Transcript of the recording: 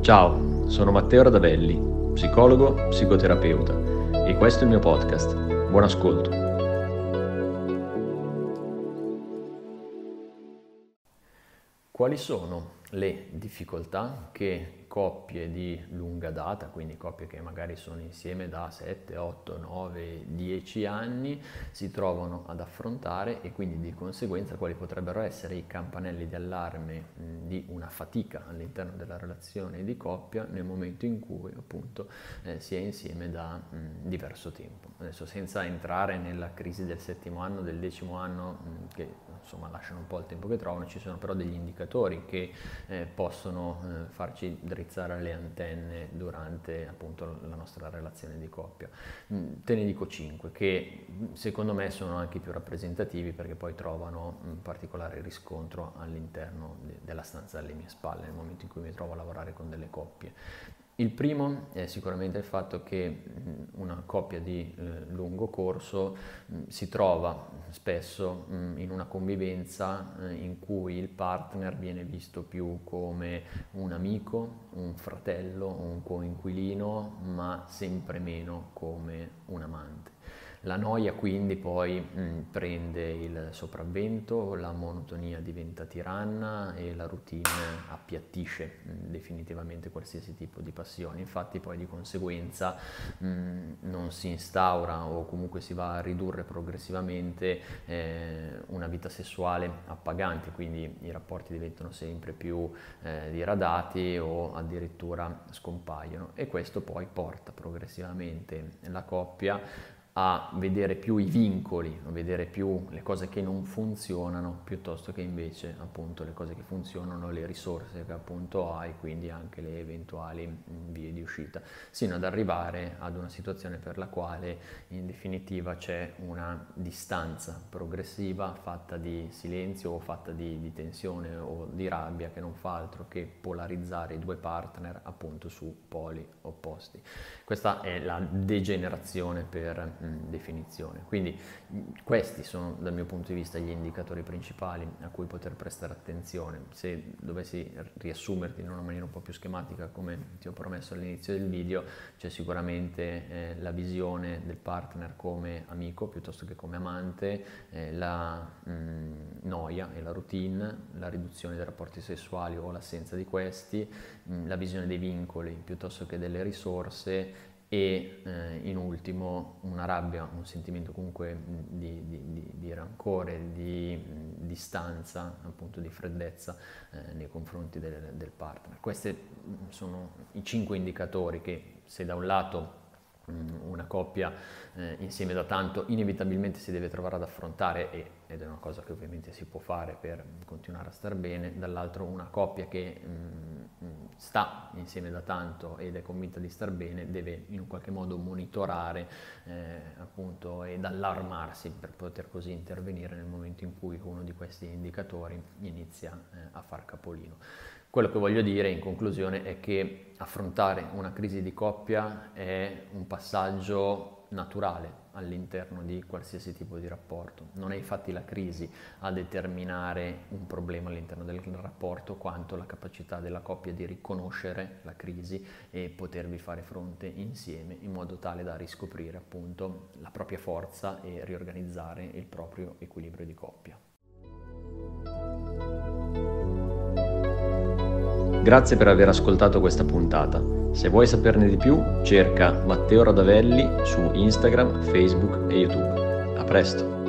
Ciao, sono Matteo Radavelli, psicologo, psicoterapeuta e questo è il mio podcast. Buon ascolto. Quali sono le difficoltà che coppie di lunga data, quindi coppie che magari sono insieme da 7, 8, 9, 10 anni, si trovano ad affrontare e quindi di conseguenza quali potrebbero essere i campanelli di allarme di una fatica all'interno della relazione di coppia nel momento in cui appunto si è insieme da diverso tempo. Adesso senza entrare nella crisi del 7° anno, del 10° anno, che insomma lasciano un po' il tempo che trovano, ci sono però degli indicatori che possono farci drizzare le antenne durante appunto la nostra relazione di coppia. Te ne dico 5 che secondo me sono anche i più rappresentativi perché poi trovano un particolare riscontro all'interno della stanza alle mie spalle nel momento in cui mi trovo a lavorare con delle coppie. Il primo è sicuramente il fatto che una coppia di lungo corso si trova spesso in una convivenza in cui il partner viene visto più come un amico, un fratello, un coinquilino, ma sempre meno come un amante. La noia quindi poi prende il sopravvento, la monotonia diventa tiranna e la routine appiattisce definitivamente qualsiasi tipo di passione. Infatti poi di conseguenza non si instaura o comunque si va a ridurre progressivamente una vita sessuale appagante, quindi i rapporti diventano sempre più diradati o addirittura scompaiono e questo poi porta progressivamente la coppia a vedere più i vincoli, a vedere più le cose che non funzionano piuttosto che invece appunto le cose che funzionano, le risorse che appunto hai, quindi anche le eventuali vie di uscita, sino ad arrivare ad una situazione per la quale in definitiva c'è una distanza progressiva fatta di silenzio o fatta di tensione o di rabbia che non fa altro che polarizzare i due partner appunto su poli opposti. Questa è la degenerazione per definizione. Quindi questi sono dal mio punto di vista gli indicatori principali a cui poter prestare attenzione. Se dovessi riassumerti in una maniera un po' più schematica come ti ho promesso all'inizio del video, c'è sicuramente la visione del partner come amico piuttosto che come amante, la noia e la routine, la riduzione dei rapporti sessuali o l'assenza di questi, la visione dei vincoli piuttosto che delle risorse e in ultimo una rabbia, un sentimento comunque di rancore, di distanza, appunto di freddezza nei confronti del partner. Questi sono i 5 indicatori che se da un lato una coppia insieme da tanto inevitabilmente si deve trovare ad affrontare ed è una cosa che ovviamente si può fare per continuare a star bene, dall'altro una coppia che sta insieme da tanto ed è convinta di star bene deve in un qualche modo monitorare appunto ed allarmarsi per poter così intervenire nel momento in cui uno di questi indicatori inizia a far capolino. Quello che voglio dire in conclusione è che affrontare una crisi di coppia è un passaggio naturale all'interno di qualsiasi tipo di rapporto. Non è infatti la crisi a determinare un problema all'interno del rapporto, quanto la capacità della coppia di riconoscere la crisi e potervi fare fronte insieme in modo tale da riscoprire appunto la propria forza e riorganizzare il proprio equilibrio di coppia. Grazie per aver ascoltato questa puntata. Se vuoi saperne di più, cerca Matteo Radavelli su Instagram, Facebook e YouTube. A presto!